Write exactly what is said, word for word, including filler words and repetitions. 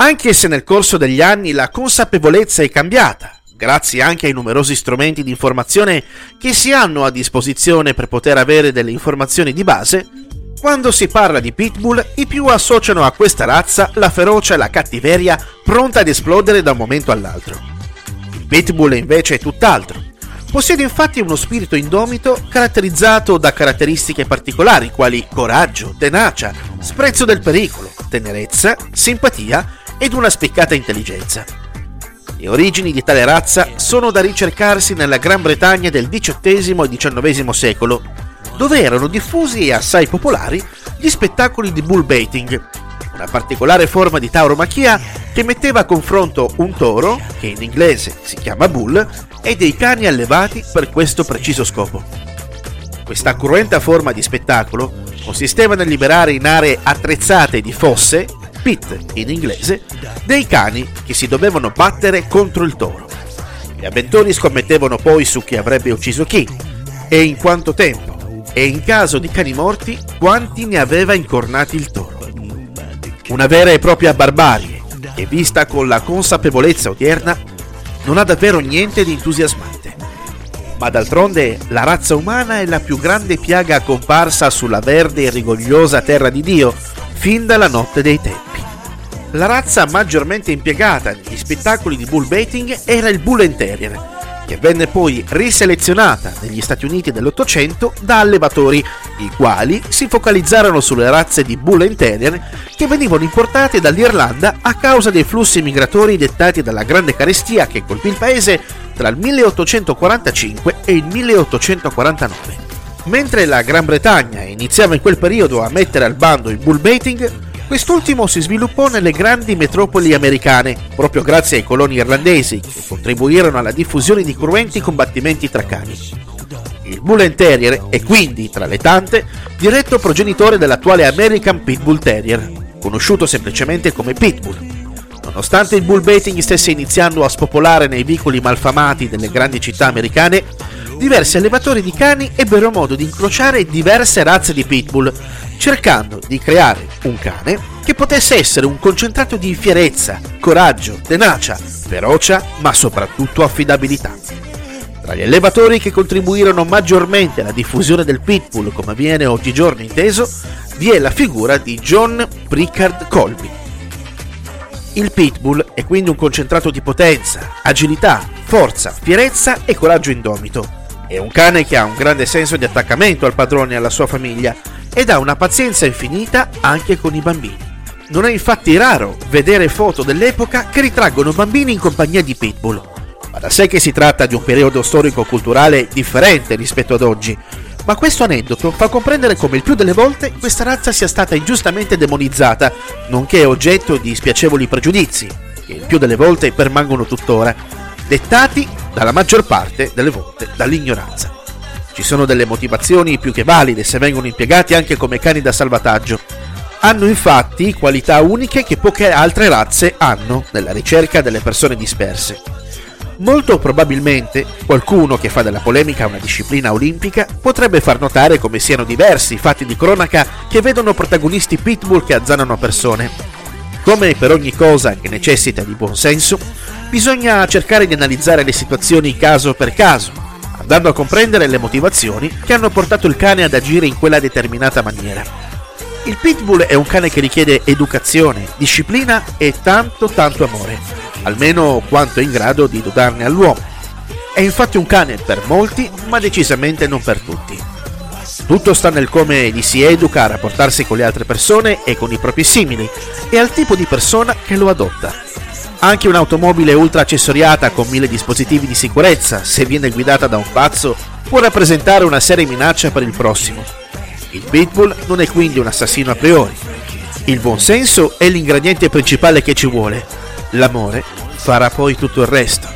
Anche se nel corso degli anni la consapevolezza è cambiata, grazie anche ai numerosi strumenti di informazione che si hanno a disposizione per poter avere delle informazioni di base, quando si parla di pitbull i più associano a questa razza la ferocia e la cattiveria pronta ad esplodere da un momento all'altro. Il pitbull invece è tutt'altro. Possiede infatti uno spirito indomito caratterizzato da caratteristiche particolari quali coraggio, tenacia, sprezzo del pericolo, tenerezza, simpatia ed una spiccata intelligenza. Le origini di tale razza sono da ricercarsi nella Gran Bretagna del diciottesimo e diciannovesimo secolo, dove erano diffusi e assai popolari gli spettacoli di bull baiting, una particolare forma di tauromachia che metteva a confronto un toro, che in inglese si chiama bull, e dei cani allevati per questo preciso scopo. Questa cruenta forma di spettacolo consisteva nel liberare in aree attrezzate di fosse, pit in inglese, dei cani che si dovevano battere contro il toro. Gli avventori scommettevano poi su chi avrebbe ucciso chi, e in quanto tempo, e in caso di cani morti, quanti ne aveva incornati il toro. Una vera e propria barbarie, che vista con la consapevolezza odierna, non ha davvero niente di entusiasmante. Ma d'altronde la razza umana è la più grande piaga comparsa sulla verde e rigogliosa terra di Dio, fin dalla notte dei tempi. La razza maggiormente impiegata negli spettacoli di bull baiting era il Bull Terrier, che venne poi riselezionata negli Stati Uniti dell'Ottocento da allevatori, i quali si focalizzarono sulle razze di Bull Terrier che venivano importate dall'Irlanda a causa dei flussi migratori dettati dalla grande carestia che colpì il paese tra il milleottocentoquarantacinque e il milleottocentoquarantanove. Mentre la Gran Bretagna iniziava in quel periodo a mettere al bando il bull baiting, quest'ultimo si sviluppò nelle grandi metropoli americane, proprio grazie ai coloni irlandesi che contribuirono alla diffusione di cruenti combattimenti tra cani. Il Bull Terrier è quindi, tra le tante, diretto progenitore dell'attuale American Pitbull Terrier, conosciuto semplicemente come Pitbull. Nonostante il bull baiting stesse iniziando a spopolare nei vicoli malfamati delle grandi città americane, diversi allevatori di cani ebbero modo di incrociare diverse razze di pitbull, cercando di creare un cane che potesse essere un concentrato di fierezza, coraggio, tenacia, ferocia, ma soprattutto affidabilità. Tra gli allevatori che contribuirono maggiormente alla diffusione del pitbull come viene oggigiorno inteso, vi è la figura di John Prickard Colby. Il pitbull è quindi un concentrato di potenza, agilità, forza, fierezza e coraggio indomito. È un cane che ha un grande senso di attaccamento al padrone e alla sua famiglia ed ha una pazienza infinita anche con i bambini. Non è infatti raro vedere foto dell'epoca che ritraggono bambini in compagnia di pitbull, ma da sé che si tratta di un periodo storico-culturale differente rispetto ad oggi. Ma questo aneddoto fa comprendere come il più delle volte questa razza sia stata ingiustamente demonizzata, nonché oggetto di spiacevoli pregiudizi, che il più delle volte permangono tuttora, dettati dalla maggior parte delle volte dall'ignoranza. Ci sono delle motivazioni più che valide se vengono impiegati anche come cani da salvataggio. Hanno infatti qualità uniche che poche altre razze hanno nella ricerca delle persone disperse. Molto probabilmente qualcuno che fa della polemica una disciplina olimpica potrebbe far notare come siano diversi i fatti di cronaca che vedono protagonisti pitbull che azzannano persone. Come per ogni cosa che necessita di buon senso, bisogna cercare di analizzare le situazioni caso per caso, andando a comprendere le motivazioni che hanno portato il cane ad agire in quella determinata maniera. Il pitbull è un cane che richiede educazione, disciplina e tanto tanto amore, almeno quanto è in grado di donarne all'uomo. È infatti un cane per molti, ma decisamente non per tutti. Tutto sta nel come gli si educa a rapportarsi con le altre persone e con i propri simili, e al tipo di persona che lo adotta. Anche un'automobile ultra accessoriata con mille dispositivi di sicurezza, se viene guidata da un pazzo, può rappresentare una seria minaccia per il prossimo. Il pitbull non è quindi un assassino a priori. Il buon senso è l'ingrediente principale che ci vuole. L'amore farà poi tutto il resto.